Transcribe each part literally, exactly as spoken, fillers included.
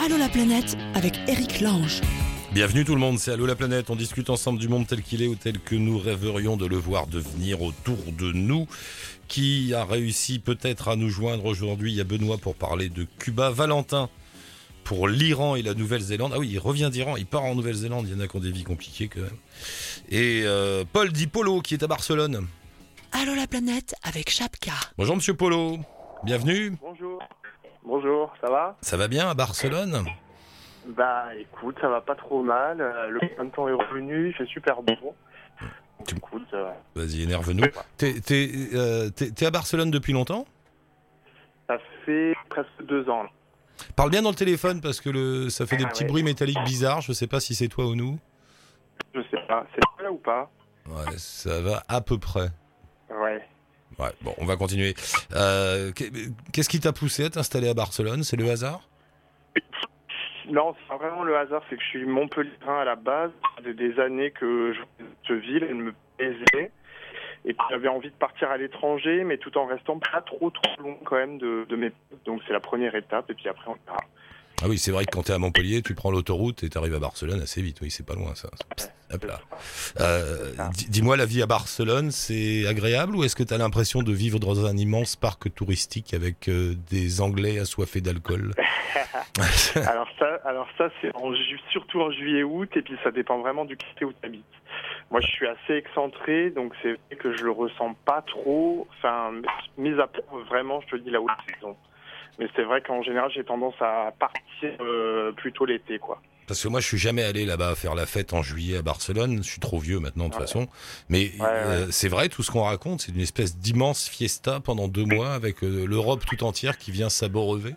Allô la planète avec Eric Lange. Bienvenue tout le monde, c'est Allô la planète, on discute ensemble du monde tel qu'il est ou tel que nous rêverions de le voir devenir autour de nous. Qui a réussi peut-être à nous joindre aujourd'hui? Il y a Benoît pour parler de Cuba, Valentin pour l'Iran et la Nouvelle-Zélande. Ah oui, il revient d'Iran, il part en Nouvelle-Zélande, il y en a qui ont des vies compliquées quand même. Et euh, Paul Di Polo qui est à Barcelone. Allô la planète avec Chapka. Bonjour Monsieur Polo, bienvenue. Bonjour. Bonjour, ça va? Ça va bien à Barcelone? Bah écoute, ça va pas trop mal. Euh, Le printemps est revenu, il fait super beau. Tu- Écoute, euh, Vas-y, énerve-nous. T'es, t'es, euh, t'es, t'es à Barcelone depuis longtemps? ça fait presque deux ans. là. Parle bien dans le téléphone parce que le, ça fait des Ah petits ouais. bruits métalliques bizarres, je sais pas si c'est toi ou nous. Je sais pas, c'est là ou pas? Ouais, ça va à peu près. Ouais. Ouais, bon, on va continuer. Euh, qu'est-ce qui t'a poussé à t'installer à Barcelone? C'est le hasard? Non, c'est pas vraiment le hasard, c'est que je suis montpelliérain à la base. Ça faisait des années que je venais de cette ville, elle me plaisait. Et puis j'avais envie de partir à l'étranger, mais tout en restant pas trop trop loin quand même de, de mes potes. Donc c'est la première étape, et puis après on verra. Ah oui, c'est vrai que quand t'es à Montpellier, tu prends l'autoroute et t'arrives à Barcelone assez vite. Oui, c'est pas loin ça. Hop là. Euh, di- dis-moi, la vie à Barcelone, c'est agréable ou est-ce que t'as l'impression de vivre dans un immense parc touristique avec euh, des Anglais assoiffés d'alcool? alors ça, alors ça c'est en ju- surtout en juillet-août, et puis ça dépend vraiment du quartier où tu habites. Moi je suis assez excentré, donc c'est vrai que je le ressens pas trop, enfin, mis à part vraiment, je te dis, la haute saison. Mais c'est vrai qu'en général j'ai tendance à partir euh, plutôt l'été, quoi. Parce que moi, je suis jamais allé là-bas faire la fête en juillet à Barcelone. Je suis trop vieux maintenant de toute Ouais. façon. Mais Ouais, euh, c'est vrai, tout ce qu'on raconte, c'est une espèce d'immense fiesta pendant deux mois avec euh, l'Europe tout entière qui vient s'abreuver.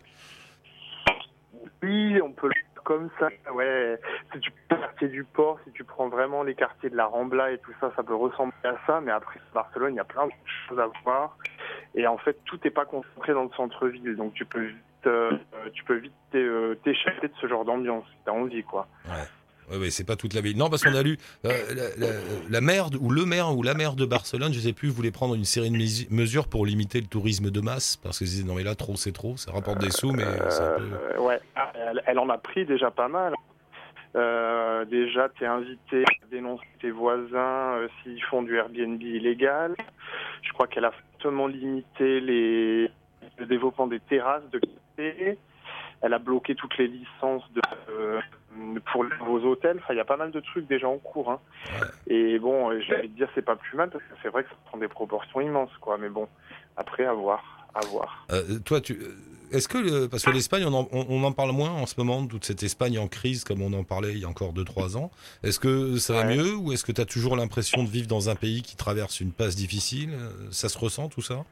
Oui, on peut le faire comme ça, ouais. Si tu prends le quartier du port, si tu prends vraiment les quartiers de la Rambla et tout ça, ça peut ressembler à ça, mais après, Barcelone, il y a plein de choses à voir. Et en fait, tout n'est pas concentré dans le centre-ville, donc tu peux vite, euh, tu peux vite t'é- euh, t'échapper de ce genre d'ambiance, si t'as envie, quoi. Ouais. Oui, oui, c'est pas toute la ville. Non, parce qu'on a lu euh, la, la, la maire de- ou le maire ou la maire de Barcelone, je sais plus, voulait prendre une série de mes- mesures pour limiter le tourisme de masse parce qu'ils disaient non mais là trop c'est trop, ça rapporte des sous mais c'est un peu... Euh, ouais, Ah, elle, elle en a pris déjà pas mal. Euh, déjà, t'es invité à dénoncer tes voisins euh, s'ils font du Airbnb illégal. Je crois qu'elle a fortement limité les, le développement des terrasses de café. Elle a bloqué toutes les licences de, euh, pour les nouveaux hôtels. Enfin, il y a pas mal de trucs déjà en cours. Hein. Ouais. Et bon, euh, j'ai envie de dire c'est pas plus mal parce que c'est vrai que ça prend des proportions immenses, quoi. Mais bon, après, à voir, à voir. Euh, toi, tu, est-ce que le- parce que l'Espagne, on en, on, on en parle moins en ce moment, toute cette Espagne en crise comme on en parlait il y a encore deux trois ans. Est-ce que ça va Ouais. mieux ou est-ce que tu as toujours l'impression de vivre dans un pays qui traverse une passe difficile? Ça se ressent tout ça?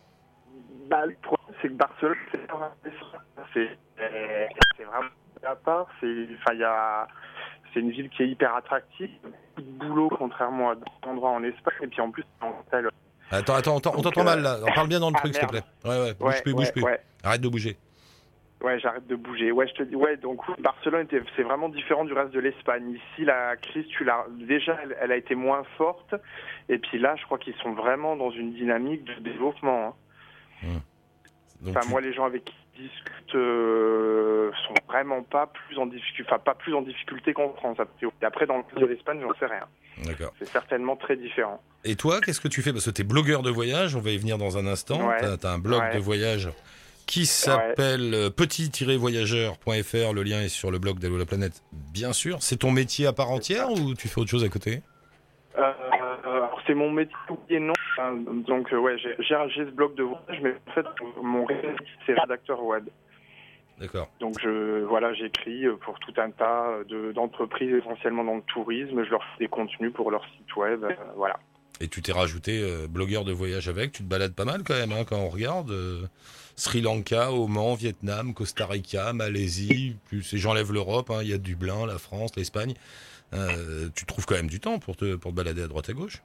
Bah, le problème, c'est que Barcelone, c'est pas vraiment ça. C'est euh, c'est vraiment à part. C'est, enfin, il y a, c'est une ville qui est hyper attractive, beaucoup de boulot contrairement à d'autres endroits en Espagne. Et puis en plus, c'est en hôtel. Attends, attends, attends, on Donc, t'entend euh, mal là. On parle bien dans le ah, truc, s'il te plaît. merde. Ouais, ouais, bouge Ouais, plus, bouge ouais, plus. ouais. Arrête de bouger. Ouais, j'arrête de bouger. Ouais, je te dis, ouais, donc Barcelone, était- c'est vraiment différent du reste de l'Espagne. Ici, la crise, tu l'as, déjà, elle, elle a été moins forte. Et puis là, je crois qu'ils sont vraiment dans une dynamique de développement. Hein. Donc, Enfin, tu- moi, les gens avec qui je discute euh, sont vraiment pas plus en difficulté, enfin, pas plus en difficulté qu'en France. Et après, dans le cas de l'Espagne, j'en sais rien. D'accord. C'est certainement très différent. Et toi, qu'est-ce que tu fais? Parce que tu es blogueur de voyage, on va y venir dans un instant. Ouais. Tu as, un blog Ouais. de voyage qui s'appelle euh, petit tiret voyageur point f r. Le lien est sur le blog d'Allo la planète, bien sûr. C'est ton métier à part entière ou tu fais autre chose à côté? Euh, alors, c'est mon métier, oui et non. Enfin, donc, euh, ouais, j'ai, j'ai, j'ai ce blog de voyage, mais en fait, mon réel, c'est rédacteur web. D'accord. Donc, je, voilà, j'écris pour tout un tas de, d'entreprises, essentiellement dans le tourisme. Je leur fais des contenus pour leur site web. euh, voilà. Et tu t'es rajouté euh, blogueur de voyage avec, tu te balades pas mal quand même hein, quand on regarde. euh, Sri Lanka, Oman, Vietnam, Costa Rica, Malaisie, plus, et j'enlève l'Europe, hein, il y a Dublin, la France, l'Espagne. Euh, tu trouves quand même du temps pour te, pour te balader à droite à gauche?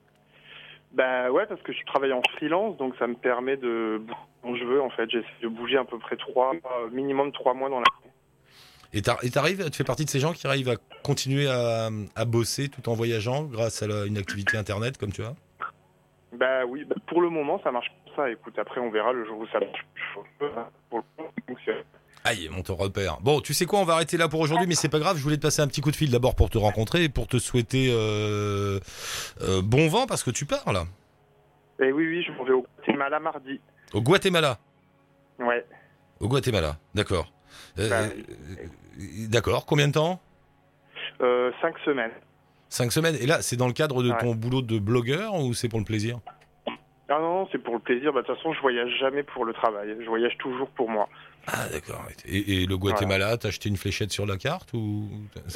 Ben ouais, parce que je travaille en freelance, donc ça me permet de bouger quand je veux. En fait, j'essaie de bouger à peu près trois, euh, minimum trois mois dans l'année. Et t'ar- et t'arrives, tu fais partie de ces gens qui arrivent à continuer à, à bosser tout en voyageant grâce à la- une activité internet comme tu as? Ben oui, bah, pour le moment, ça marche comme ça. Écoute, après, on verra le jour où ça marche. Pour le moment, donc, c'est- Aïe, mon te repère. Bon, tu sais quoi, on va arrêter là pour aujourd'hui, mais c'est pas grave. Je voulais te passer un petit coup de fil d'abord pour te rencontrer et pour te souhaiter euh, euh, bon vent parce que tu pars là. Et oui, oui, je m'en vais au Guatemala mardi. Au Guatemala. Ouais. Au Guatemala, d'accord. Euh, Bah, euh, d'accord, combien de temps? euh, cinq semaines. Cinq semaines. Et là, c'est dans le cadre de Ouais. ton boulot de blogueur ou c'est pour le plaisir? Ah non, non, c'est pour le plaisir. Bah, de toute façon, je voyage jamais pour le travail. Je voyage toujours pour moi. Ah d'accord. Et, et le Guatemala, voilà. T'as acheté une fléchette sur la carte ou?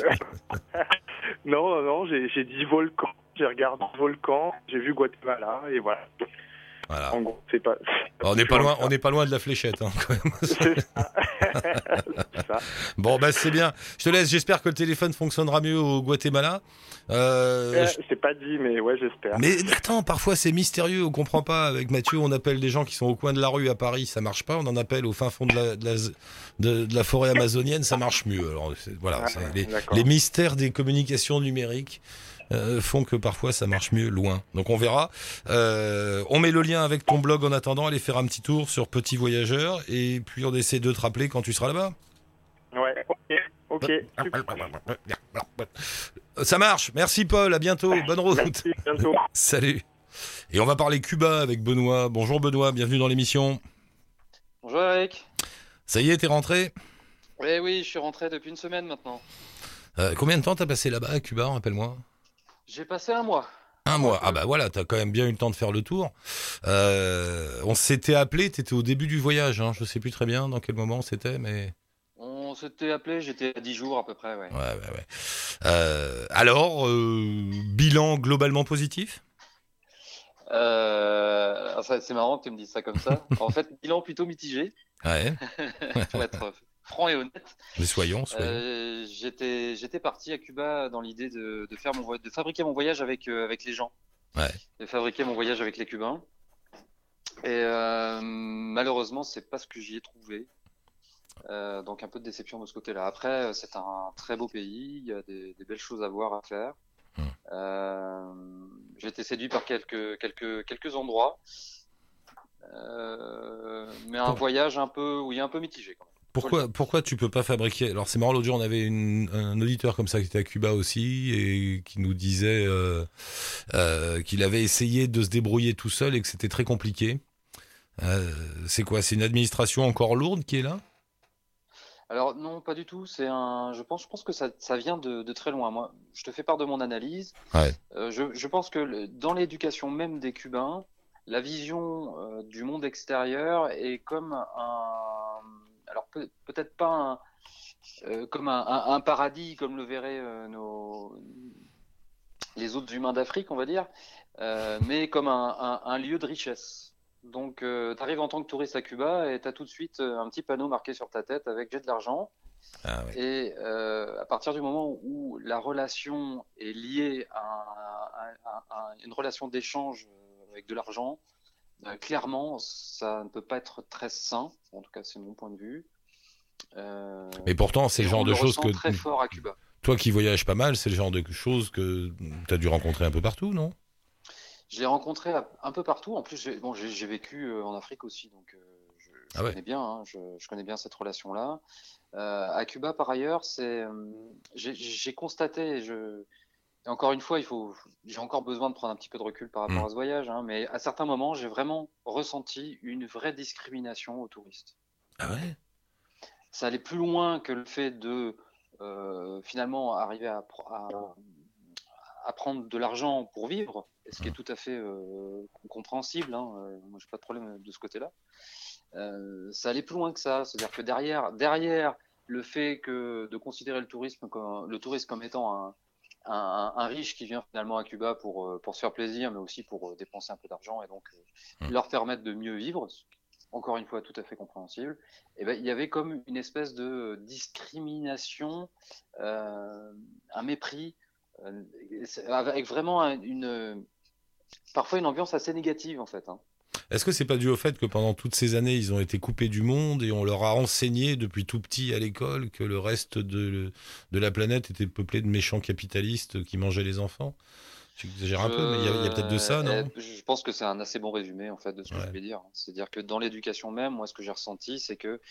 Non, non, non, j'ai, j'ai dit volcan. J'ai regardé volcan, j'ai vu Guatemala et voilà. Voilà. En gros, c'est pas. c'est On n'est pas toujours loin, ça. on n'est pas loin de la fléchette, hein, quand même. C'est ça. C'est ça. Bon, bah c'est bien. Je te laisse. J'espère que le téléphone fonctionnera mieux au Guatemala. Euh, Euh, je- C'est pas dit, mais ouais, j'espère. Mais attends, parfois c'est mystérieux. On comprend pas. Avec Mathieu, on appelle des gens qui sont au coin de la rue à Paris, ça marche pas. On en appelle au fin fond de la, de la, de, de la forêt amazonienne, ça marche mieux. Alors c'est- voilà, Ah, c'est les, d'accord. les mystères des communications numériques. Euh, font que parfois ça marche mieux loin. Donc on verra. Euh, on met le lien avec ton blog en attendant. Aller faire un petit tour sur Petit Voyageur et puis on essaie de te rappeler quand tu seras là-bas. Ouais, ok, ok. super. Ça marche. Merci Paul. À bientôt. Bonne route. Merci, bientôt. Salut. Et on va parler Cuba avec Benoît. Bonjour Benoît. Bienvenue dans l'émission. Bonjour Eric. Ça y est, t'es rentré? Oui, oui, je suis rentré depuis une semaine maintenant. Euh, combien de temps t'as passé là-bas à Cuba? Rappelle-moi. J'ai passé un mois. Un mois. Ah bah voilà, t'as quand même bien eu le temps de faire le tour. Euh, on s'était appelé, t'étais au début du voyage, hein. Je sais plus très bien dans quel moment c'était, mais... On s'était appelé, j'étais à dix jours à peu près, ouais. Ouais, ouais, ouais. Euh, alors, euh, bilan globalement positif? Euh, alors ça, c'est marrant que tu me dises ça comme ça. En fait, bilan plutôt mitigé, Ouais, pour être franc et honnête. mais soyons, soyons. Euh, j'étais, j'étais parti à Cuba dans l'idée de, de faire mon voy- de fabriquer mon voyage avec euh, avec les gens, Ouais. de fabriquer mon voyage avec les Cubains. Et euh, malheureusement, c'est pas ce que j'y ai trouvé. Euh, donc un peu de déception de ce côté-là. Après, euh, c'est un très beau pays, il y a des, des belles choses à voir, à faire. Mm. Euh, j'ai été séduit par quelques quelques quelques endroits, euh, mais un Bon. voyage un peu, oui, un peu mitigé quand même. Pourquoi, pourquoi tu peux pas fabriquer? Alors c'est marrant, l'autre jour on avait une, un auditeur comme ça qui était à Cuba aussi et qui nous disait euh, euh, qu'il avait essayé de se débrouiller tout seul et que c'était très compliqué. Euh, c'est quoi? C'est une administration encore lourde qui est là? Alors non, pas du tout. C'est un, je pense, je pense que ça, ça vient de, de très loin. Moi, je te fais part de mon analyse. Ouais. Euh, je, je pense que le- dans l'éducation même des Cubains, la vision euh, du monde extérieur est comme un, alors peut, peut-être pas un, euh, comme un, un- un paradis comme le verraient euh, nos, les autres humains d'Afrique, on va dire, euh, mais comme un, un- un lieu de richesse. Donc, tu arrives en tant que touriste à Cuba et tu as tout de suite euh, un petit panneau marqué sur ta tête avec j'ai de l'argent. Ah ouais. Et euh, à partir du moment où la relation est liée à, à- à- à une relation d'échange euh, avec de l'argent, euh, clairement, ça ne peut pas être très sain. En tout cas, c'est mon point de vue. Euh, Mais pourtant, c'est et le on genre de le choses ressent que très fort à Cuba. toi qui voyages pas mal, c'est le genre de choses que tu as dû rencontrer un peu partout, non? Je l'ai rencontré à- un peu partout. En plus, j'ai bon, j'ai j'ai vécu euh, en Afrique aussi, donc euh, je, je Ah ouais. connais bien, hein, je, je connais bien cette relation-là. Euh, à Cuba, par ailleurs, c'est, euh, j'ai j'ai constaté, et je, et encore une fois, il faut, j'ai encore besoin de prendre un petit peu de recul par rapport Mm. à ce voyage, hein, mais à certains moments, j'ai vraiment ressenti une vraie discrimination aux touristes. Ah ouais? Ça allait plus loin que le fait de euh, finalement arriver à, pr- à, à prendre de l'argent pour vivre, et ce qui est tout à fait euh, compréhensible. Hein, euh, moi, j'ai pas de problème de ce côté-là. Euh, ça allait plus loin que ça, c'est-à-dire que derrière, derrière le fait que de considérer le tourisme comme le tourisme comme étant un, un, un riche qui vient finalement à Cuba pour euh, pour se faire plaisir, mais aussi pour euh, dépenser un peu d'argent et donc euh, Mm. leur permettre de mieux vivre. Encore une fois, tout à fait compréhensible. Et ben, il y avait comme une espèce de discrimination, euh, un mépris, euh, avec vraiment un- une, parfois une ambiance assez négative en fait. Hein. Est-ce que c'est pas dû au fait que pendant toutes ces années, ils ont été coupés du monde et on leur a enseigné depuis tout petit à l'école que le reste de, de la planète était peuplé de méchants capitalistes qui mangeaient les enfants? J'exagère un peu, mais il y a, il y a peut-être de ça, Euh, non? Je pense que c'est un assez bon résumé en fait de ce que Ouais. je vais dire. C'est-à-dire que dans l'éducation même, moi, ce que j'ai ressenti, c'est que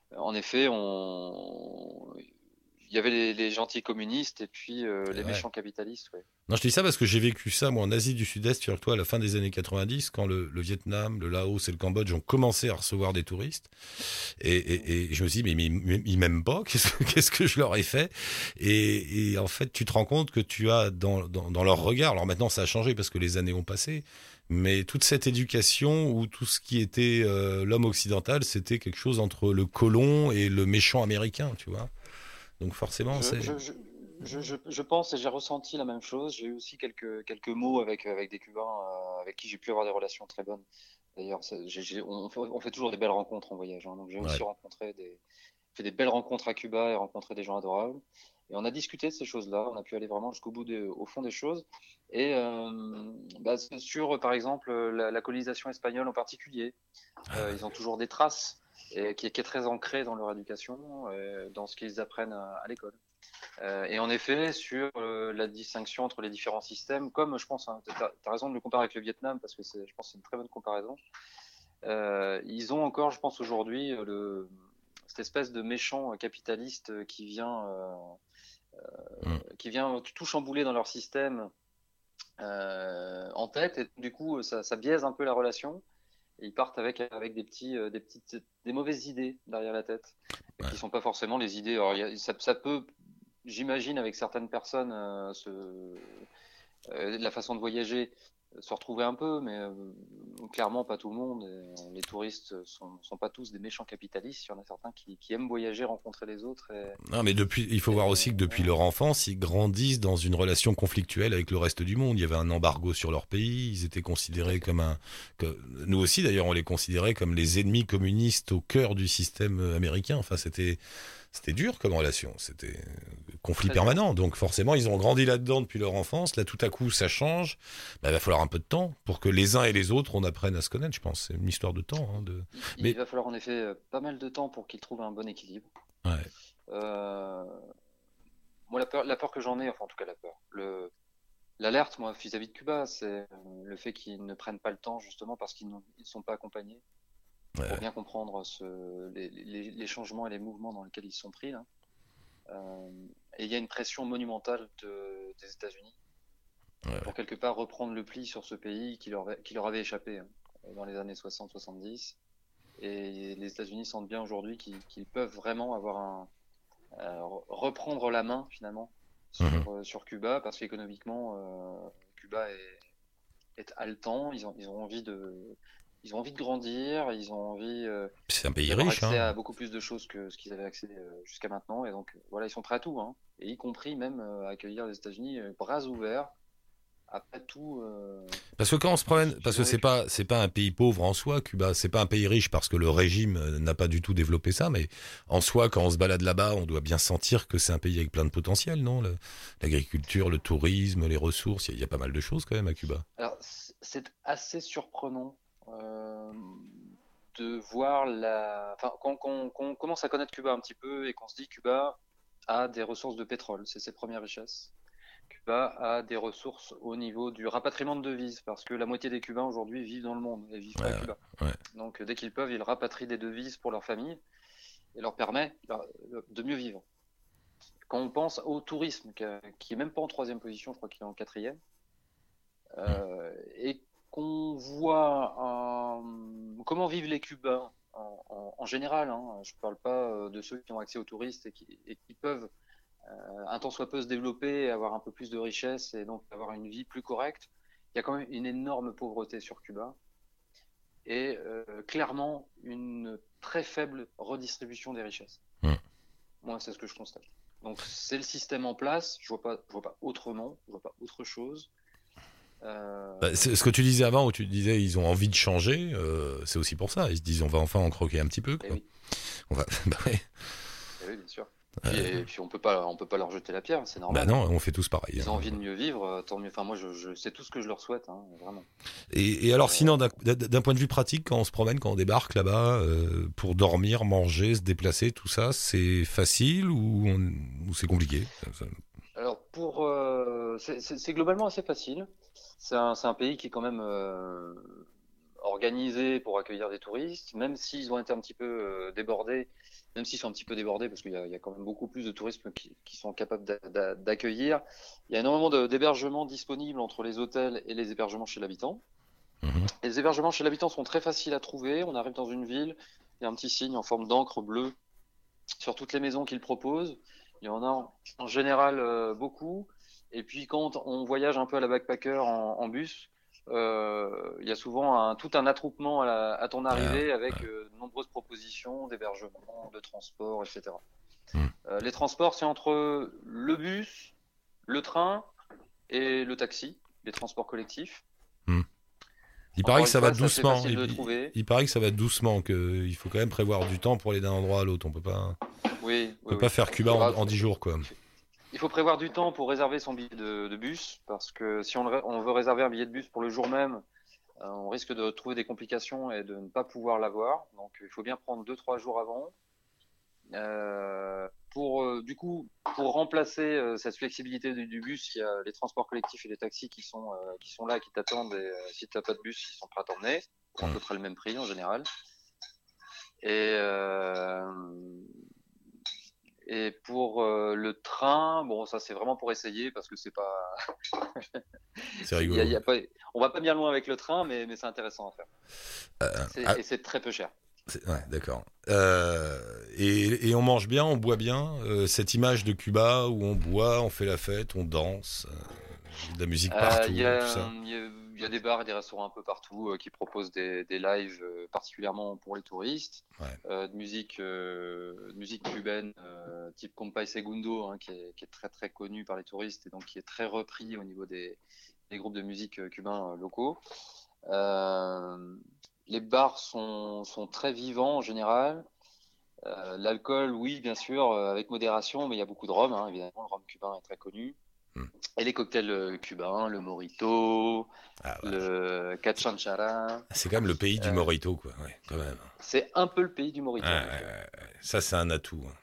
En effet, on... il y avait les, les gentils communistes et puis euh, les Ouais. méchants capitalistes. Ouais. Non, je te dis ça parce que j'ai vécu ça, moi, en Asie du Sud-Est, sur toi, à la fin des années quatre-vingt-dix, quand le, le Vietnam, le Laos et le Cambodge ont commencé à recevoir des touristes. Et, et, et je me suis dit, mais, mais, mais ils m'aiment pas, qu'est-ce, que- qu'est-ce que je leur ai fait? et, et en fait, tu te rends compte que tu as dans, dans, dans leur regard, alors maintenant ça a changé parce que les années ont passé, mais toute cette éducation où tout ce qui était euh, l'homme occidental, c'était quelque chose entre le colon et le méchant américain, tu vois. Donc forcément, Je, c'est... je, je, je, je- je pense et j'ai ressenti la même chose. J'ai eu aussi quelques, quelques mots avec, avec des Cubains euh, avec qui j'ai pu avoir des relations très bonnes. D'ailleurs, ça- j'ai- j'ai- on fait, on fait toujours des belles rencontres en voyage, hein. Donc j'ai aussi Ouais. rencontré des, fait des belles rencontres à Cuba et rencontré des gens adorables. Et on a discuté de ces choses-là. On a pu aller vraiment jusqu'au bout, des- au fond des choses. Et euh, bah, sur, par exemple, la, la colonisation espagnole en particulier, euh, ils ont toujours des traces et qui, qui est très ancrée dans leur éducation, euh, dans ce qu'ils apprennent à, à l'école. Euh, et en effet, sur euh, la distinction entre les différents systèmes, comme je pense, hein, tu as raison de le comparer avec le Vietnam, parce que c'est, je pense que c'est une très bonne comparaison. Euh, ils ont encore, je pense aujourd'hui, euh, le, cette espèce de méchant capitaliste qui vient, euh, Mm. qui vient tout chambouler dans leur système euh, en tête, et du coup, ça, ça biaise un peu la relation. Et ils partent avec, avec des, petits, euh, des, petites, des mauvaises idées derrière la tête, Ouais. qui ne sont pas forcément les idées. Alors, il y a- ça, ça peut, j'imagine, avec certaines personnes, euh, se, euh, la façon de voyager, euh, se retrouver un peu, mais euh, clairement pas tout le monde. Et, euh, les touristes sont, sont pas tous des méchants capitalistes. Il y en a certains qui, qui aiment voyager, rencontrer les autres. Et, Non, mais depuis, il faut et, voir aussi que depuis voilà. leur enfance, ils grandissent dans une relation conflictuelle avec le reste du monde. Il y avait un embargo sur leur pays. Ils étaient considérés comme un, que, nous aussi d'ailleurs, on les considérait comme les ennemis communistes au cœur du système américain. Enfin, c'était, c'était dur comme relation. C'était conflit Très dur. permanent. Donc forcément, ils ont grandi là-dedans depuis leur enfance. Là, tout à coup, ça change. Bah, il va falloir un peu de temps pour que les uns et les autres, on apprenne à se connaître. Je pense, c'est une histoire de temps. Hein, de... Il, Mais il va falloir en effet euh, pas mal de temps pour qu'ils trouvent un bon équilibre. ouais, Euh, moi, la peur, la peur que j'en ai, enfin en tout cas la peur, le, l'alerte, moi, vis-à-vis de Cuba, c'est euh, le fait qu'ils ne prennent pas le temps, justement, parce qu'ils n'ont- ils ne sont pas accompagnés pour ouais, bien comprendre ce, les, les- les changements et les mouvements dans lesquels ils sont pris, là. Euh, et il y a une pression monumentale de- des États-Unis ouais. pour quelque part reprendre le pli sur ce pays qui leur, qui leur avait échappé, hein, dans les années soixante soixante-dix. Et les États-Unis sentent bien aujourd'hui qu'ils qu'ils peuvent vraiment avoir un, euh, reprendre la main, finalement, sur, Mhm. euh, sur Cuba, parce qu'économiquement, euh, Cuba est, est haletant. Ils ont, ils ont envie de, ils ont envie de grandir, ils ont envie euh, C'est un pays d'avoir riche, accès hein. à beaucoup plus de choses que ce qu'ils avaient accès euh, jusqu'à maintenant. Et donc, euh, voilà, ils sont prêts à tout, hein, et y compris même euh, à accueillir les États-Unis euh, bras ouverts. Après tout, euh, Parce que quand on se promène, parce que j'aurais c'est pu- pas c'est pas un pays pauvre en soi, Cuba, c'est pas un pays riche parce que le régime euh, n'a pas du tout développé ça, mais en soi, quand on se balade là-bas, on doit bien sentir que c'est un pays avec plein de potentiel, non? Le- L'agriculture, le tourisme, les ressources, il y, a- il y a pas mal de choses quand même à Cuba. alors, c- c'est assez surprenant euh, de voir la. Enfin, quand, quand- quand on commence à connaître Cuba un petit peu et qu'on se dit Cuba a des ressources de pétrole, c'est ses premières richesses. Cuba a des ressources au niveau du rapatriement de devises, parce que la moitié des Cubains aujourd'hui vivent dans le monde et vivent pas à Ouais, Cuba. ouais. Donc, dès qu'ils peuvent, ils rapatrient des devises pour leur famille et leur permet leur- de mieux vivre. Quand on pense au tourisme, qui a- qui est même pas en troisième position, je crois qu'il est en quatrième, euh, et qu'on voit euh, comment vivent les Cubains en, en- en général, hein, je ne parle pas euh, de ceux qui ont accès aux touristes et qui, et qui peuvent euh, un tant soit peu se développer, avoir un peu plus de richesse et donc avoir une vie plus correcte. Il y a quand même une énorme pauvreté sur Cuba et euh, clairement une très faible redistribution des richesses. Mm. Moi, c'est ce que je constate. Donc c'est le système en place, je vois pas, je vois pas autrement, je vois pas autre chose. Euh, Bah, c'est ce que tu disais avant, où tu disais ils ont envie de changer, euh, c'est aussi pour ça. Ils se disent on va enfin en croquer un petit peu, eh quoi. oui, On va, bah ouais. eh oui, bien sûr. Puis, et puis on peut pas, on peut pas leur jeter la pierre, c'est Bah normal. non, on fait tous pareil. Ils hein. ont envie de mieux vivre, euh, tant mieux. Enfin, moi, je, je, c'est tout ce que je leur souhaite, hein, vraiment. Et, et alors sinon, d'un d'un point de vue pratique, quand on se promène, quand on débarque là-bas, euh, pour dormir, manger, se déplacer, tout ça, c'est facile ou, on- ou c'est compliqué? Ça- Alors, pour, euh, c'est c'est- c'est globalement assez facile. C'est un, c'est un pays qui est quand même euh, organisés pour accueillir des touristes, même s'ils ont été un petit peu euh, débordés, même s'ils sont un petit peu débordés, parce qu'il y a, il y a quand même beaucoup plus de tourisme qui, qui sont capables d'a- d'a- d'accueillir. Il y a énormément de- d'hébergements disponibles entre les hôtels et les hébergements chez l'habitant. Mhm. Et les hébergements chez l'habitant sont très faciles à trouver. On arrive dans une ville, il y a un petit signe en forme d'encre bleue sur toutes les maisons qu'ils proposent. Il y en a en général euh, beaucoup. Et puis quand on voyage un peu à la backpacker en, en bus, euh, il y a souvent un, tout un attroupement à, la- à ton arrivée avec euh, de nombreuses propositions d'hébergement, de transport, et cetera. Mm. Euh, les transports, c'est entre le bus, le train et le taxi, les transports collectifs. Mm. Il Encore paraît que une ça fois, va c'est assez doucement. facile Il, de il- trouver. il paraît que ça va doucement, qu'il faut quand même prévoir du temps pour aller d'un endroit à l'autre. On peut pas, Oui, on peut oui, pas oui. faire Cuba en, Ah, en dix jours, quoi. Il faut prévoir du temps pour réserver son billet de, de bus, parce que si on, le ré- on veut réserver un billet de bus pour le jour même, euh, on risque de trouver des complications et de ne pas pouvoir l'avoir. Donc il faut bien prendre deux trois jours avant. Euh, pour euh, du coup, pour remplacer euh, cette flexibilité du, du bus, il y a les transports collectifs et les taxis qui sont euh, qui sont là, qui t'attendent. Et euh, si t'as pas de bus, ils sont prêts à t'emmener pour à peu près le même prix en général. Et euh, et pour euh, le train, bon, ça c'est vraiment pour essayer parce que c'est pas, C'est il y a, rigolo. il y a pas, on va pas bien loin avec le train, mais, mais c'est intéressant à faire. Euh, C'est- ah, et c'est très peu cher. c'est- ouais, d'accord. Euh, et, et on mange bien, on boit bien. Euh, cette image de Cuba où on boit, on fait la fête, on danse, euh, de la musique Euh, partout, Il y tout a, ça. il y a, il y a des bars et des restaurants un peu partout euh, qui proposent des, des lives euh, particulièrement pour les touristes, Ouais. euh, de musique, euh, de musique cubaine, euh, type Compay Segundo, hein, qui est, qui est très très connu par les touristes et donc qui est très repris au niveau des, des groupes de musique euh, cubains euh, locaux. Euh, les bars sont, sont très vivants en général. Euh, l'alcool, oui, bien sûr, euh, avec modération, mais il y a beaucoup de rhum, hein, évidemment, le rhum cubain est très connu. Hmm. Et les cocktails euh, cubains, le mojito, Ah, ouais. le cachanchara. C'est quand même le pays du Euh, mojito, quoi. Ouais, quand même. C'est un peu le pays du Ouais, mojito. en ouais, effet. ouais, ouais. Ça, c'est un atout. hein.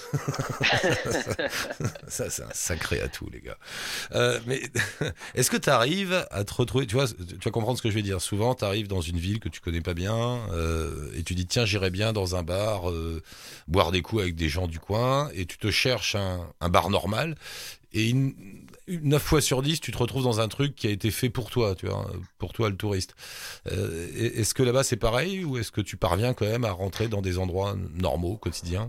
Ça, c'est un sacré atout, les gars. Euh, mais est-ce que tu arrives à te retrouver, tu vois, tu vas comprendre ce que je vais dire. Souvent, tu arrives dans une ville que tu connais pas bien euh, et tu dis, tiens, j'irai bien dans un bar, euh, boire des coups avec des gens du coin, et tu te cherches un, un bar normal. Et une, une, neuf fois sur dix, tu te retrouves dans un truc qui a été fait pour toi, tu vois, pour toi le touriste. Euh, est-ce que là-bas c'est pareil ou est-ce que tu parviens quand même à rentrer dans des endroits normaux, quotidiens?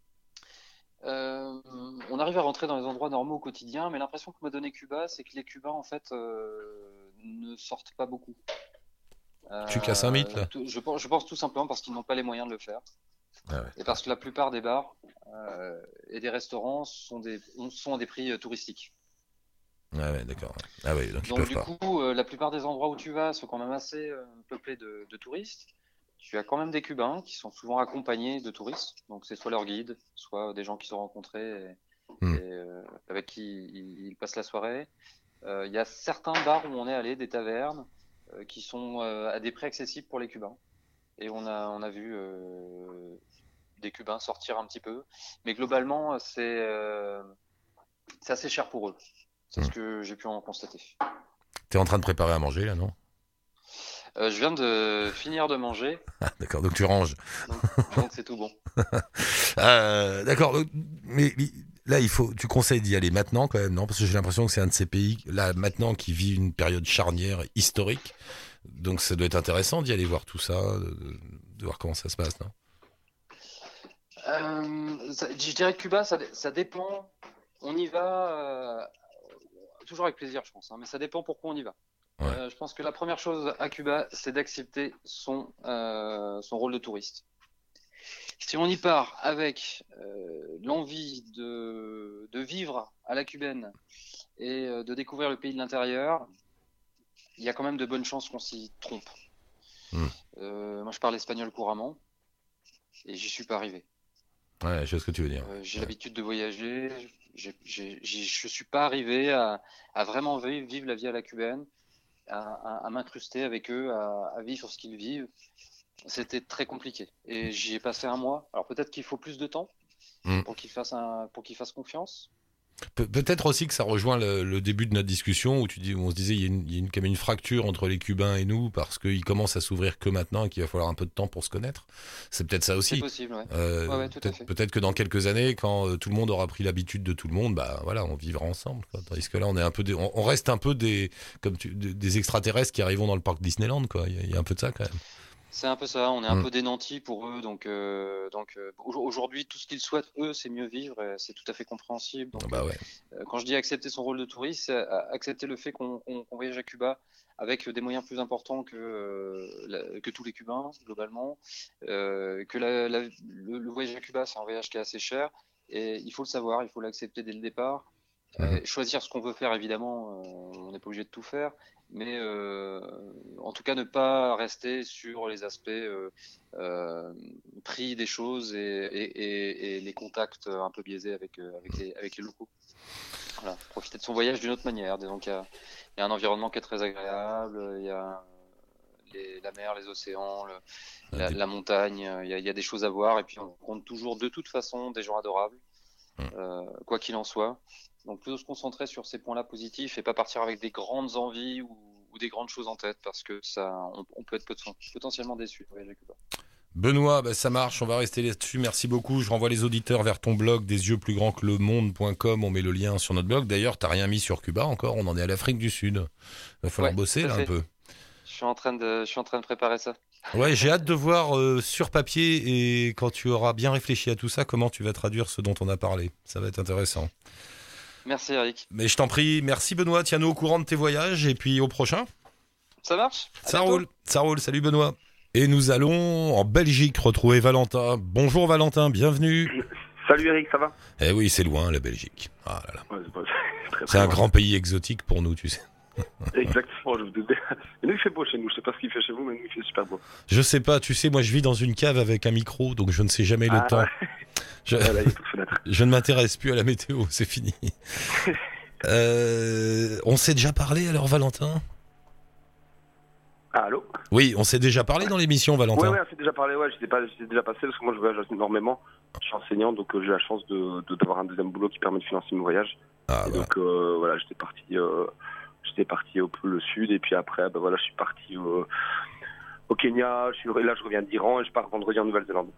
Euh, on arrive à rentrer dans les endroits normaux au quotidien, mais l'impression que m'a donné Cuba, c'est que les Cubains, en fait, euh, ne sortent pas beaucoup. Tu casses un mythe Euh, là? tout- je, pense, je pense tout simplement parce qu'ils n'ont pas les moyens de le faire. Ah ouais. Et parce que la plupart des bars euh, et des restaurants sont, des, sont à des prix euh, touristiques. Ah ouais, d'accord. Ah ouais, donc ils Donc peuvent du pas. coup, euh, la plupart des endroits où tu vas sont quand même assez euh, peuplés de, de touristes. Tu as quand même des Cubains qui sont souvent accompagnés de touristes. Donc c'est soit leur guide, soit des gens qui sont rencontrés et, Hmm. et, euh, avec qui ils, ils passent la soirée. Euh, Il y a certains bars où on est allé, des tavernes, euh, qui sont euh, à des prix accessibles pour les Cubains. Et on a, on a vu euh, des Cubains sortir un petit peu. Mais globalement, c'est euh, c'est assez cher pour eux. C'est ce Hmm. que j'ai pu en constater. T'es en train de préparer à manger là, non? Euh, je viens de finir de manger, Ah, d'accord, donc tu ranges. donc donc c'est tout bon. Euh, d'accord, donc, mais, mais là il faut, tu conseilles d'y aller maintenant quand même, non? Parce que j'ai l'impression que c'est un de ces pays là maintenant qui vit une période charnière historique. Donc ça doit être intéressant d'y aller voir tout ça, de, de voir comment ça se passe, non? Euh, ça- je dirais que Cuba, ça, ça dépend. On y va euh, toujours avec plaisir, je pense, hein, mais ça dépend pourquoi on y va. Ouais. Euh, je pense que la première chose à Cuba, c'est d'accepter son, euh, son rôle de touriste. Si on y part avec euh, l'envie de, de vivre à la cubaine et euh, de découvrir le pays de l'intérieur, il y a quand même de bonnes chances qu'on s'y trompe. Mm. Euh, moi, je parle espagnol couramment et j'y suis pas arrivé. Ouais, je sais ce que tu veux dire. Euh, j'ai Ouais. l'habitude de voyager. J'ai, j'ai, j'ai- je suis pas arrivé à, à vraiment vivre, vivre la vie à la cubaine, à, à- à m'incruster avec eux, à, à vivre ce qu'ils vivent. C'était très compliqué. Et j'y ai passé un mois. Alors peut-être qu'il faut plus de temps Mm. pour qu'ils fassent un, pour qu'ils fassent confiance. Pe- peut-être aussi que ça rejoint le, le début de notre discussion où tu dis, où on se disait il y a, une, il y a une, quand même une fracture entre les Cubains et nous parce qu'ils commencent à s'ouvrir que maintenant et qu'il va falloir un peu de temps pour se connaître. C'est peut-être ça aussi. C'est possible, ouais. Euh, Ouais, ouais, tout à peut-être, fait. peut-être que dans quelques années, quand euh, tout le monde aura pris l'habitude de tout le monde, bah voilà, on vivra ensemble. Quoi. Tandis que là, on est un peu, des, on, on reste un peu des, comme tu, des, des extraterrestres qui arrivent dans le parc Disneyland. Quoi. Il y, a, il y a un peu de ça quand même. C'est un peu ça, on est un Mm. peu des nantis pour eux, donc, euh, donc euh, au- aujourd'hui, tout ce qu'ils souhaitent, eux, c'est mieux vivre, et c'est tout à fait compréhensible. Donc, Ah bah ouais. euh, quand je dis accepter son rôle de touriste, c'est euh, accepter le fait qu'on qu'on- qu'on voyage à Cuba avec des moyens plus importants que, euh, la- que tous les Cubains, globalement, euh, que la- la- le, le voyage à Cuba, c'est un voyage qui est assez cher, et il faut le savoir, il faut l'accepter dès le départ. Euh, Mhm. choisir ce qu'on veut faire, évidemment, euh, on n'est pas obligé de tout faire, mais euh, en tout cas ne pas rester sur les aspects euh, euh, prix des choses et, et- et- et les contacts un peu biaisés avec, euh, avec, les, avec les locaux. Voilà, profiter de son voyage d'une autre manière. Donc il y a, il y a un environnement qui est très agréable, il y a les- la mer, les océans, le- Ah, la, des- la montagne, il y, a, il y a des choses à voir, et puis on compte toujours de toute façon des gens adorables, Mm. euh, quoi qu'il en soit. Donc plutôt se concentrer sur ces points-là positifs et pas partir avec des grandes envies ou, ou des grandes choses en tête, parce que ça, on, on peut être poten- potentiellement déçu. de voyager à Cuba. Benoît, bah, ça marche, on va rester là-dessus. Merci beaucoup. Je renvoie les auditeurs vers ton blog des yeux plus grands que le monde point com. On met le lien sur notre blog. D'ailleurs, t'as rien mis sur Cuba encore. On en est à l'Afrique du Sud. Va falloir Ouais, bosser tout à là un fait. peu. Je suis en train de, je suis en train de préparer ça. Ouais, j'ai hâte de voir euh, sur papier et quand tu auras bien réfléchi à tout ça, comment tu vas traduire ce dont on a parlé. Ça va être intéressant. Merci Eric. Mais je t'en prie, merci Benoît. Tiens-nous au courant de tes voyages et puis au prochain. Ça marche? À Ça bientôt. roule, ça roule. Salut Benoît. Et nous allons en Belgique retrouver Valentin. Bonjour Valentin, bienvenue. Salut Eric, ça va? Eh oui, c'est loin la Belgique. Ah là là. Ouais, c'est pas- c'est très, C'est très un loin. grand pays exotique pour nous, tu sais. Exactement, je vous disais. Et nous, il fait beau chez nous. Je sais pas ce qu'il fait chez vous, mais nous, il fait super beau. Je sais pas, tu sais, moi je vis dans une cave avec un micro, donc je ne sais jamais le Ah, temps. ouais. Je, Ah, là, il y a toute fenêtre. je ne m'intéresse plus à la météo, c'est fini. Euh, on s'est déjà parlé alors, Valentin? Ah, allô? Oui, on s'est déjà parlé dans l'émission, Ouais, Valentin. ouais, on s'est déjà parlé. Ouais, j'étais pas, j'étais déjà passé parce que moi, je voyage énormément. Je suis enseignant, donc euh, j'ai la chance de, de- d'avoir un deuxième boulot qui permet de financer mon voyage. Ah, Et voilà. donc, euh, voilà, j'étais parti, euh, j'étais parti au peu le sud, et puis après, ben voilà, je suis parti au, au Kenya. Je suis, là, je reviens d'Iran et je pars vendredi en Nouvelle-Zélande.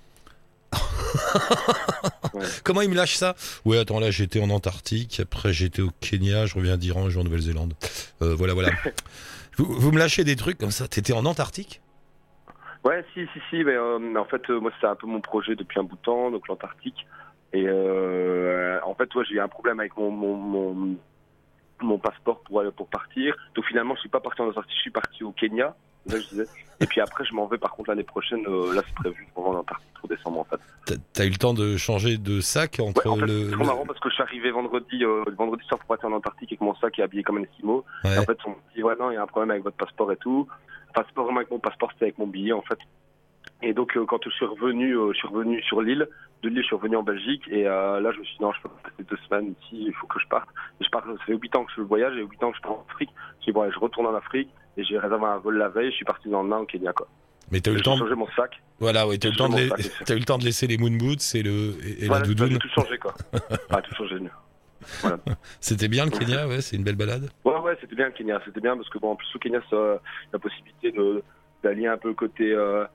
Ouais. Comment il me lâche ça? Ouais, attends, là j'étais en Antarctique, après j'étais au Kenya, je reviens d'Iran, je vais en Nouvelle-Zélande. Euh, voilà, voilà. vous, vous me lâchez des trucs comme ça. T'étais en Antarctique? Ouais, si, si, si, mais euh, en fait, euh, moi, c'est un peu mon projet depuis un bout de temps, donc l'Antarctique. Et euh, en fait, ouais, j'ai eu un problème avec mon, mon, mon, mon passeport pour, aller- pour partir. Donc finalement, je suis pas parti en Antarctique, je suis parti au Kenya, là, je disais. Et puis après, je m'en vais par contre l'année prochaine, euh, là, c'est prévu pour en Antarctique pour décembre, en fait. T'as, t'as eu le temps de changer de sac entre Ouais, en fait, le... c'est trop le- marrant parce que je suis arrivé vendredi, euh, vendredi soir pour partir en Antarctique avec mon sac et habillé comme un esquimau. Ouais. Et en fait, on me dit, ouais, non, il y a un problème avec votre passeport et tout. Enfin, c'est pas vraiment avec mon passeport, c'était avec mon billet, en fait. Et donc, euh, quand je suis revenu, euh, je suis revenu sur l'île. De l'île, je suis revenu en Belgique. Et euh, là, je me suis dit, non, je peux pas rester deux semaines ici, il faut que je parte. Et je pars, ça fait huit ans que je voyage et huit ans que je pars en Afrique. Je dis, bon, allez, je retourne en Afrique. Et j'ai réservé un vol la veille, je suis parti dans le lendemain au Kenya, quoi. Mais t'as eu le J'ai temps de... changé mon sac. Voilà, ouais, t'as eu le J'ai temps de, changé la- mon sac, t'as eu le temps de laisser les moon boots et, le... et, et Voilà, la c'est ça, doudoune. j'ai tout changé, quoi. Ah, tout changé, mieux. Voilà. C'était bien le Kenya, ouais, c'est une belle balade. Ouais, ouais, c'était bien le Kenya, c'était bien parce que bon, en plus au Kenya, ça, la possibilité de d'allier un peu le côté euh,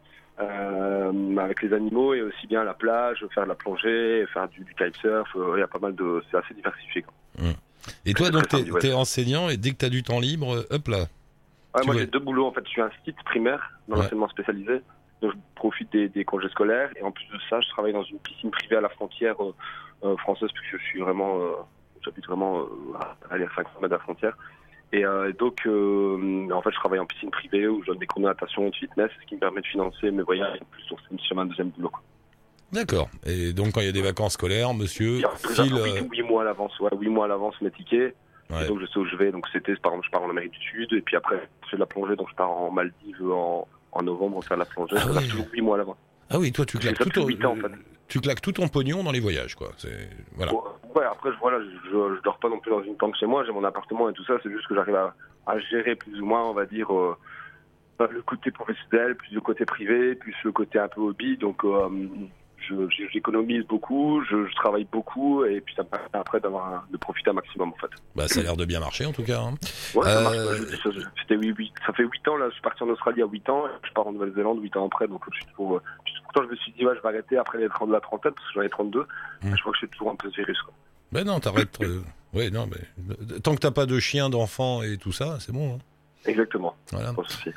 euh, avec les animaux et aussi bien la plage, faire de la plongée, faire du, du kitesurf. euh, Il y a pas mal de, c'est assez diversifié, quoi. Et toi, C'est donc, très t'es, simple, t'es ouais. enseignant et dès que t'as du temps libre, hop là. Ouais, Tu moi vois- j'ai deux boulots en fait. Je suis un site primaire dans Ouais. l'enseignement spécialisé, donc je profite des, des congés scolaires et en plus de ça, je travaille dans une piscine privée à la frontière euh, euh, française puisque je suis vraiment, euh, j'habite vraiment euh, à aller à cinq cents mètres de la frontière. Et euh, donc, euh, en fait, je travaille en piscine privée où je donne des cours de natation et de fitness, ce qui me permet de financer mes voyages et en plus sur, sur un deuxième boulot, quoi. D'accord. Et donc, quand il y a des vacances scolaires, monsieur Et en plus, file... huit, euh, huit mois à l'avance, ouais, huit mois à l'avance mes tickets. ouais. Et donc je sais où je vais. Donc c'était, par exemple, je pars en Amérique du Sud et puis après je fais de la plongée, donc je pars en Maldives en, en novembre faire de la plongée. Ah ça ouais. passe toujours huit mois à l'avance. Ah oui, toi, tu J'ai claques, fait tout depuis ton... huit ans, en fait. tu claques tout ton pognon dans les voyages, quoi. C'est... Voilà. Ouais, après je, voilà, je, je, je dors pas non plus dans une tente chez moi, j'ai mon appartement et tout ça. C'est juste que j'arrive à, à gérer plus ou moins, on va dire, euh, le côté professionnel, plus le côté privé, plus le côté un peu hobby. Donc euh, je, j'économise beaucoup, je, je travaille beaucoup, et puis ça me permet après d'avoir un, de profiter un maximum en fait. Bah, ça a l'air de bien marcher en tout cas. Hein. Ouais, ça euh... marche. Bah, je, ça, c'était huit, huit, ça fait huit ans là. Je suis parti en Australie à huit ans, et je pars en Nouvelle-Zélande huit ans après. Donc je suis toujours. Pourtant, je me suis dit ouais, je vais arrêter après les trente de la trentaine parce que j'en ai trente-deux. Mmh. Je crois que je suis toujours un peu ce virus quoi. Ben non, t'arrêtes. Euh... Ouais, non, mais tant que t'as pas de chien, d'enfant et tout ça, c'est bon. Hein. Exactement. Voilà.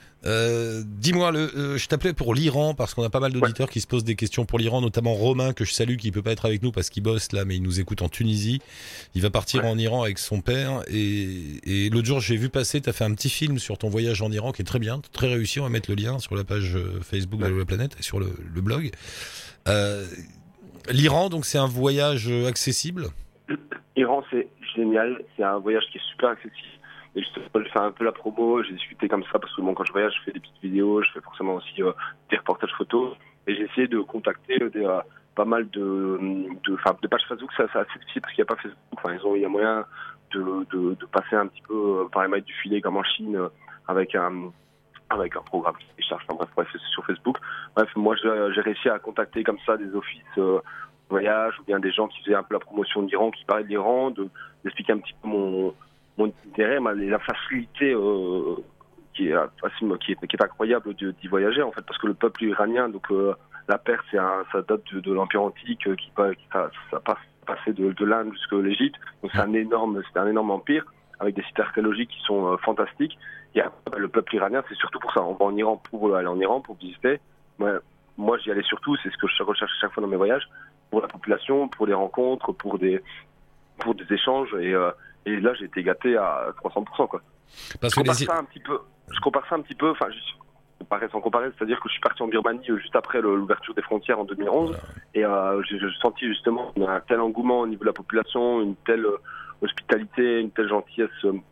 Euh, dis-moi, le, euh, je t'appelais pour l'Iran parce qu'on a pas mal d'auditeurs ouais. qui se posent des questions pour l'Iran, notamment Romain que je salue, qui peut pas être avec nous parce qu'il bosse là, mais il nous écoute en Tunisie. Il va partir ouais. en Iran avec son père et, et l'autre jour j'ai vu passer, t'as fait un petit film sur ton voyage en Iran qui est très bien, très réussi. On va mettre le lien sur la page Facebook ouais. de la planète et sur le, le blog. Euh, L'Iran, donc c'est un voyage accessible. L'Iran, c'est génial, c'est un voyage qui est super accessible. Et justement, je fais un peu la promo, j'ai discuté comme ça, parce que bon, quand je voyage, je fais des petites vidéos, je fais forcément aussi euh, des reportages photos, et j'ai essayé de contacter des, euh, pas mal de, de, enfin, de pages Facebook, c'est assez difficile, parce qu'il n'y a pas Facebook, enfin, ils ont, il y a moyen de, de, de passer un petit peu par les mailles du filet, comme en Chine, avec un, avec un programme qui télécharge, enfin bref, bref, c'est sur Facebook. Bref, moi, j'ai, j'ai réussi à contacter comme ça des offices, euh, voyage, ou bien des gens qui faisaient un peu la promotion de l'Iran, qui parlaient de l'Iran, de, d'expliquer un petit peu mon, mon intérêt, la facilité euh, qui, est, qui, est, qui est incroyable d'y voyager en fait, parce que le peuple iranien, donc euh, la Perse, c'est un, ça date de, de l'Empire antique, euh, qui, qui ça, ça passe passé de, de l'Inde jusqu'à l'Égypte, donc c'est un énorme, c'est un énorme empire avec des sites archéologiques qui sont euh, fantastiques. Et après, le peuple iranien, c'est surtout pour ça. On va en Iran pour aller en Iran pour visiter. Moi, moi j'y allais surtout, c'est ce que je recherche chaque fois dans mes voyages, pour la population, pour les rencontres, pour des pour des échanges et euh, Et là, j'ai été gâté à trois cents pour cent, quoi. Parce je compare les... ça un petit peu. Je compare ça un petit peu. Enfin, je comparer sans comparer, c'est-à-dire que je suis parti en Birmanie juste après le, l'ouverture des frontières en deux mille onze, voilà. Et euh, j'ai, j'ai senti justement un tel engouement au niveau de la population, une telle euh, hospitalité, une telle gentillesse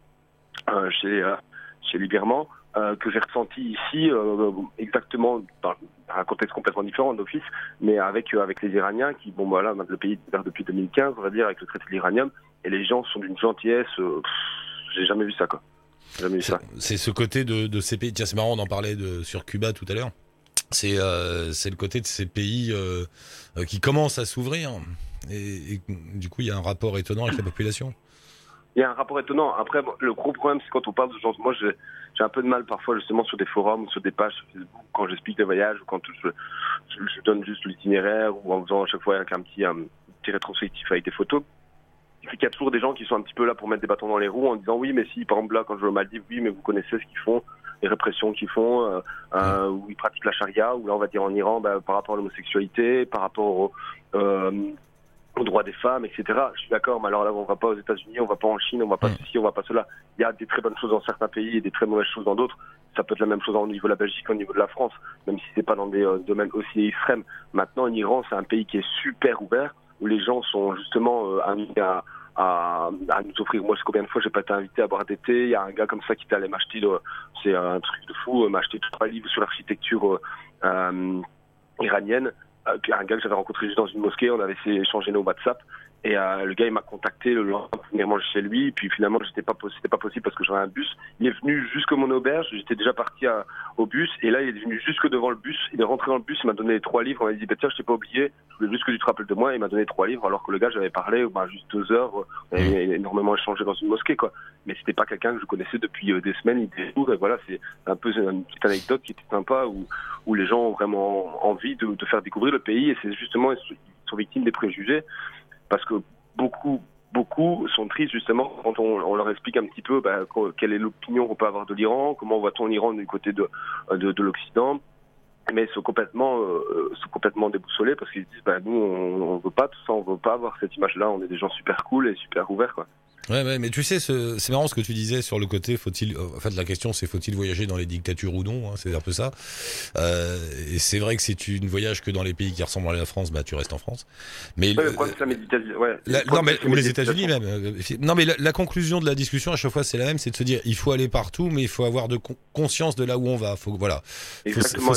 euh, chez euh, chez les Birmans euh, que j'ai ressenti ici euh, exactement dans un contexte complètement différent d'office, mais avec euh, avec les Iraniens qui, bon voilà, le pays est ouvert depuis deux mille quinze, on va dire, avec le traité de l'Iranium. Et les gens sont d'une gentillesse, euh, pff, j'ai jamais vu ça, quoi. Jamais vu c'est, ça. C'est ce côté de, de ces pays. Tiens, c'est marrant, on en parlait de, sur Cuba tout à l'heure. C'est, euh, c'est le côté de ces pays euh, euh, qui commencent à s'ouvrir. Et, et du coup, il y a un rapport étonnant avec la population. Il y a un rapport étonnant. Après, le gros problème, c'est quand on parle de gens. Moi, j'ai, j'ai un peu de mal parfois, justement, sur des forums ou sur des pages Facebook, quand j'explique les voyages ou quand je, je, je donne juste l'itinéraire ou en faisant à chaque fois avec un petit, un petit rétrospectif avec des photos. C'est qu'il y a toujours des gens qui sont un petit peu là pour mettre des bâtons dans les roues en disant oui, mais si, par exemple, là, quand je vais aux Maldives, oui, mais vous connaissez ce qu'ils font, les répressions qu'ils font, euh, euh, où ils pratiquent la charia, ou là, on va dire en Iran, bah, par rapport à l'homosexualité, par rapport au, euh, aux droits des femmes, et cetera. Je suis d'accord, mais alors là, on va pas aux États-Unis, on va pas en Chine, on va pas ceci, on va pas cela. Il y a des très bonnes choses dans certains pays et des très mauvaises choses dans d'autres. Ça peut être la même chose au niveau de la Belgique, au niveau de la France, même si c'est pas dans des euh, domaines aussi extrêmes. Maintenant, en Iran, c'est un pays qui est super ouvert, où les gens sont justement euh, invités à À, à nous offrir. Moi, combien de fois j'ai pas été invité à boire des thés. Il y a un gars comme ça qui était allé m'acheter, le, c'est un truc de fou, m'acheter trois livres sur l'architecture euh, iranienne. Euh, puis un gars que j'avais rencontré juste dans une mosquée, on avait échangé nos WhatsApp. Et euh, le gars, il m'a contacté le lendemain pour venir manger chez lui. Puis finalement, j'étais pas, c'était pas possible parce que j'avais un bus. Il est venu jusque mon auberge. J'étais déjà parti à, au bus. Et là, il est venu jusque devant le bus. Il est rentré dans le bus. Il m'a donné les trois livres. On m'a dit, bah, tiens, je t'ai pas oublié. Je voulais juste que tu te rappelles de moi. Il m'a donné trois livres. Alors que le gars, j'avais parlé, bah, juste deux heures. On avait énormément échangé dans une mosquée, quoi. Mais c'était pas quelqu'un que je connaissais depuis euh, des semaines. Il découvre. Et voilà, c'est un peu une petite anecdote qui était sympa où, où les gens ont vraiment envie de, de faire découvrir le pays. Et c'est justement, ils sont victimes des préjugés. Parce que beaucoup, beaucoup sont tristes justement quand on, on leur explique un petit peu bah, quelle est l'opinion qu'on peut avoir de l'Iran, comment voit-on l'Iran du côté de, de, de l'Occident, mais ils sont complètement, euh, sont complètement déboussolés parce qu'ils disent bah, nous on, on veut pas tout ça, on veut pas avoir cette image-là, on est des gens super cool et super ouverts, quoi. Ouais, ouais, mais tu sais, ce, c'est marrant ce que tu disais sur le côté, faut-il, en fait, la question c'est faut-il voyager dans les dictatures ou non, hein, c'est un peu ça. Euh, et c'est vrai que si tu ne voyages que dans les pays qui ressemblent à la France, bah tu restes en France. Mais ouais, le problème, c'est la méditation, ouais. La, non, mais ou les États-Unis même. Non, mais la, la conclusion de la discussion à chaque fois c'est la même, c'est de se dire, il faut aller partout, mais il faut avoir de con- conscience de là où on va. Faut, voilà, faut, faut savoir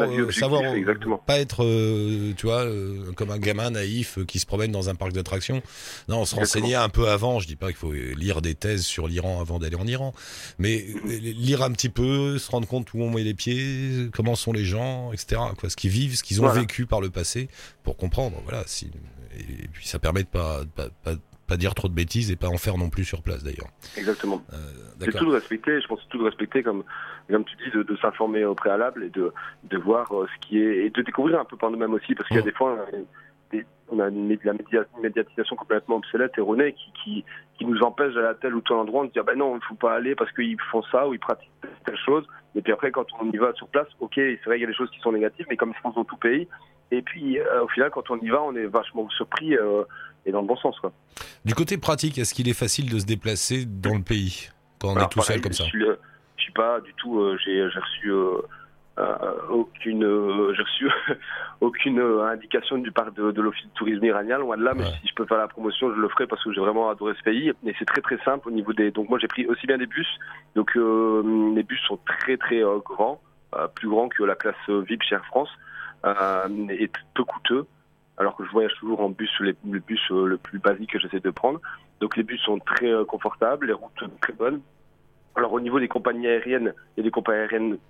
euh, objectif, savoir exactement. pas être, euh, tu vois, euh, comme un gamin naïf euh, qui se promène dans un parc d'attractions. Non, se renseigner un peu avant. Je dis pas qu'il faut lire des thèses sur l'Iran avant d'aller en Iran, mais euh, lire un petit peu, se rendre compte où on met les pieds, comment sont les gens, et cetera. Quoi, ce qu'ils vivent, ce qu'ils ont Voilà. vécu par le passé, pour comprendre. Voilà. Si, et puis ça permet de pas, pas, pas pas dire trop de bêtises et pas en faire non plus sur place d'ailleurs. Exactement. Euh, c'est tout de respecter, je pense que c'est tout de respecter comme, comme tu dis, de, de s'informer au préalable et de, de voir euh, ce qui est, et de découvrir un peu par nous-mêmes aussi, parce qu'il y a des fois, on a, des, on a une, la média, une médiatisation complètement obsolète, erronée, qui, qui, qui nous empêche d'aller à tel ou tel endroit, de dire, ben non, il ne faut pas aller parce qu'ils font ça ou ils pratiquent telle chose. Et puis après, quand on y va sur place, ok, c'est vrai, il y a des choses qui sont négatives, mais comme ils font dans tout pays. Et puis, euh, au final, quand on y va, on est vachement surpris euh, et dans le bon sens, quoi. Du côté pratique, est-ce qu'il est facile de se déplacer dans le pays quand on Alors, est tout pareil, seul comme ça? Je suis, euh, je suis pas du tout. Euh, j'ai, j'ai reçu euh, euh, aucune, euh, j'ai reçu aucune euh, indication du parc de, de l'office de tourisme iranien, loin de là. Mais Ouais. si je peux faire la promotion, je le ferai parce que j'ai vraiment adoré ce pays. Et c'est très très simple au niveau des. Donc moi j'ai pris aussi bien des bus. Donc euh, les bus sont très très euh, grands, euh, plus grands que la classe V I P chez Air France, euh, et peu coûteux. Alors que je voyage toujours en bus, les, le bus euh, le plus basique que j'essaie de prendre. Donc les bus sont très euh, confortables, les routes très bonnes. Alors au niveau des compagnies aériennes, il y a des compagnies aériennes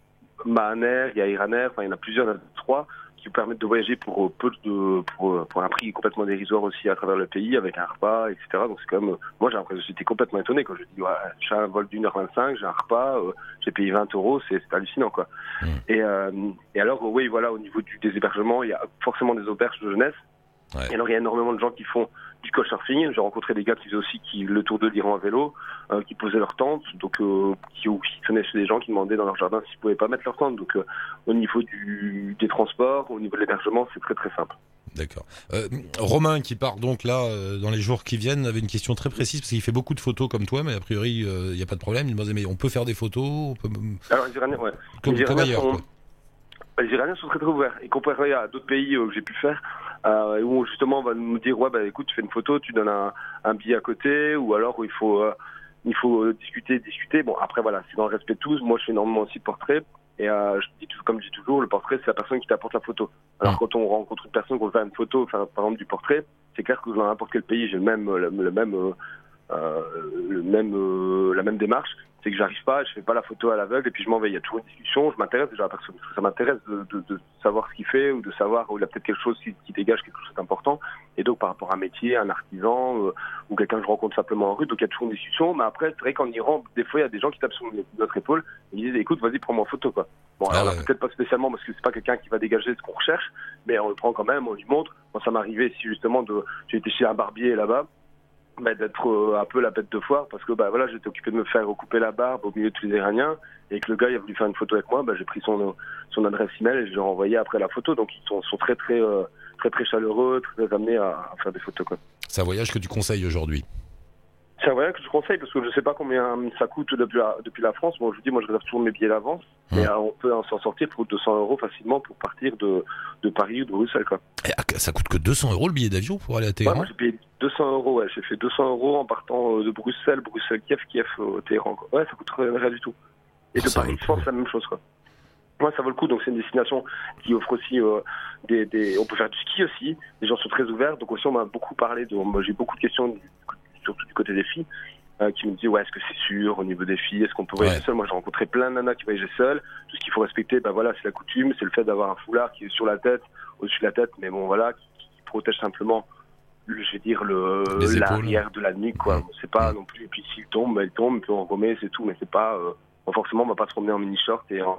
Mahan Air, il y a Iran Air, enfin il y en a plusieurs, il y en a trois, qui vous permettent de voyager pour peu de, pour, pour un prix complètement dérisoire aussi à travers le pays, avec un repas, et cetera. Donc c'est quand même, moi j'ai l'impression, j'étais complètement étonné quand je dis, ouais, j'ai un vol d'une heure vingt-cinq, j'ai un repas, euh, j'ai payé vingt euros, c'est, c'est hallucinant quoi. Mmh. Et, euh, et alors oui voilà, au niveau du, des hébergements, il y a forcément des auberges de jeunesse. Ouais. Et alors il y a énormément de gens qui font du couchsurfing. J'ai rencontré des gars qui faisaient aussi qui, le tour de l'Iran à vélo, euh, qui posaient leur tente, donc euh, qui, qui tenaient chez des gens qui demandaient dans leur jardin s'ils pouvaient pas mettre leur tente. Donc euh, au niveau du, des transports, au niveau de l'hébergement, c'est très très simple. D'accord. Euh, Romain qui part donc là euh, dans les jours qui viennent avait une question très précise parce qu'il fait beaucoup de photos comme toi, mais a priori il euh, n'y a pas de problème. Il me disait mais on peut faire des photos, on peut Alors les Iraniens, ouais. comme, les comme Iraniens ailleurs. sont, Quoi. Les Iraniens sont très très ouverts. Et comparé à d'autres pays euh, que j'ai pu faire, euh, où justement on va nous dire ouais bah écoute tu fais une photo, tu donnes un, un billet à côté, ou alors où il faut euh, il faut euh, discuter discuter. Bon après voilà, c'est dans le respect de tous. Moi je fais énormément aussi de portraits et euh, je dis comme je dis toujours, le portrait c'est la personne qui t'apporte la photo. Alors Mmh. quand on rencontre une personne qu'on veut faire une photo, faire par exemple du portrait, c'est clair que dans n'importe quel pays j'ai le même le, le même euh, euh, le même euh, la même démarche. C'est que j'arrive pas, je fais pas la photo à l'aveugle et puis je m'en vais. Il y a toujours une discussion, je m'intéresse déjà à la personne, parce que ça m'intéresse de, de, de savoir ce qu'il fait ou de savoir où il a peut-être quelque chose qui, qui dégage quelque chose d'important. Et donc par rapport à un métier, un artisan euh, ou quelqu'un que je rencontre simplement en rue, donc il y a toujours une discussion. Mais après, c'est vrai qu'en Iran, des fois il y a des gens qui tapent sur notre épaule et ils disent écoute, vas-y, prends-moi en photo quoi. Bon, alors Ah là, ouais. peut-être pas spécialement parce que c'est pas quelqu'un qui va dégager ce qu'on recherche, mais on le prend quand même, on lui montre. Moi, ça m'est arrivé si justement de, j'ai été chez un barbier là-bas. Bah, d'être euh, un peu la bête de foire parce que bah voilà j'étais occupé de me faire recouper la barbe au milieu de tous les Iraniens et que le gars il a voulu faire une photo avec moi, bah, j'ai pris son son adresse email et je l'ai renvoyé après la photo. Donc ils sont, sont très très euh, très très chaleureux, très amenés à, à faire des photos quoi. C'est un voyage que tu conseilles aujourd'hui. C'est un voyage que je conseille parce que je sais pas combien ça coûte depuis la, depuis la France. Bon, je vous dis, moi, je réserve toujours mes billets d'avance. Mmh. Mais euh, on peut s'en sortir pour deux cents euros facilement pour partir de, de Paris ou de Bruxelles, quoi. Et, ah, ça coûte que deux cents euros le billet d'avion pour aller à Ouais, Téhéran. moi, j'ai payé deux cents euros, ouais. J'ai fait deux cents euros en partant de Bruxelles, Bruxelles-Kiev, Kiev, euh, Téhéran, quoi. Ouais, ça coûte rien, rien du tout. Et Oh, de ça vaut Paris, le je pense, coup. c'est la même chose, quoi. Ouais, ça vaut le coup. Donc, c'est une destination qui offre aussi euh, des, des. On peut faire du ski aussi. Les gens sont très ouverts. Donc, aussi, on m'a beaucoup parlé de. Moi, j'ai beaucoup de questions, du... surtout du côté des filles. Euh, qui me dit ouais est-ce que c'est sûr au niveau des filles, est-ce qu'on peut voyager Ouais. seul. Moi j'ai rencontré plein de nanas qui voyageaient seules. Tout ce qu'il faut respecter, bah voilà, c'est la coutume, c'est le fait d'avoir un foulard qui est sur la tête, au-dessus de la tête, mais bon voilà, qui, qui protège simplement le, je vais dire le Les épaules. l'arrière de la nuque quoi. Ouais. C'est pas Ouais. non plus, et puis s'il tombe, bah, il tombe, puis on remet, c'est tout, mais c'est pas euh, bon, forcément on va pas se promener en mini short et en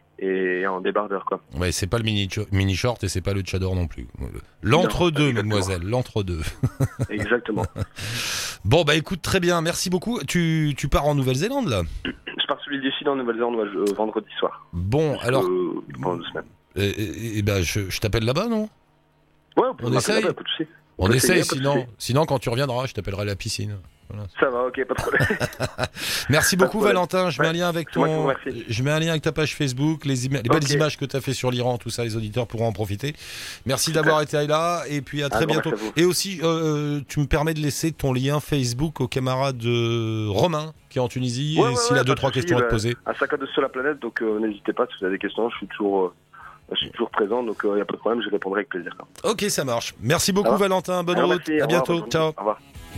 et en débardeur quoi. Ouais, c'est pas le mini, mini short et c'est pas le tchador non plus. L'entre-deux, Non, mademoiselle, l'entre-deux. Exactement. Bon, bah écoute, très bien, merci beaucoup. Tu, tu pars en Nouvelle-Zélande là? Je pars sur l'île des Chiles en Nouvelle-Zélande ouais, je- vendredi soir. Bon, alors, Euh, pendant deux semaines. et, et- et ben, je, je t'appelle là-bas, non? Ouais, on, peut On m'appeler essaye là-bas, pas de souci. On peut essaye, essayer, pas de sinon, souci. sinon quand tu reviendras, je t'appellerai à la piscine. Voilà. Ça va, ok, pas de problème. Merci Pas de beaucoup problème. Valentin, je mets Ouais, un lien avec c'est moi qui vous ton, remercie. je mets un lien avec ta page Facebook, les, ima- les belles Ok. images que tu as fait sur l'Iran, tout ça, les auditeurs pourront en profiter. Merci Super. d'avoir été là et puis à Un très grand bientôt. merci à vous. Et aussi, euh, tu me permets de laisser ton lien Facebook au camarade de Romain qui est en Tunisie Ouais, et ouais, s'il ouais, a deux pas de trois souci, questions à te bah, poser. Un sac à dos sur la planète, donc euh, n'hésitez pas si vous avez des questions, je suis toujours, euh, je suis toujours présent, donc il euh, n'y a pas de problème, je répondrai avec plaisir. Quoi. Ok, ça marche. Merci beaucoup Valentin, bonne Alors, route, merci, à au revoir, bientôt, bonne ciao. Au revoir.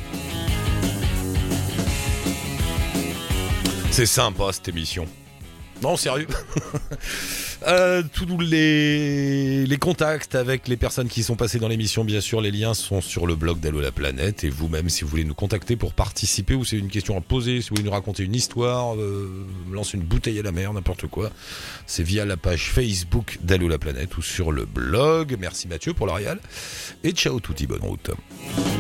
C'est sympa cette émission. Non, sérieux. euh, tous les, les contacts avec les personnes qui sont passées dans l'émission, bien sûr, les liens sont sur le blog d'Allo la planète. Et vous-même, si vous voulez nous contacter pour participer, ou c'est une question à poser, si vous voulez nous raconter une histoire, euh, lancer une bouteille à la mer, n'importe quoi, c'est via la page Facebook d'Allo la planète ou sur le blog. Merci Mathieu pour l'Arial. Et ciao touti, bonne route.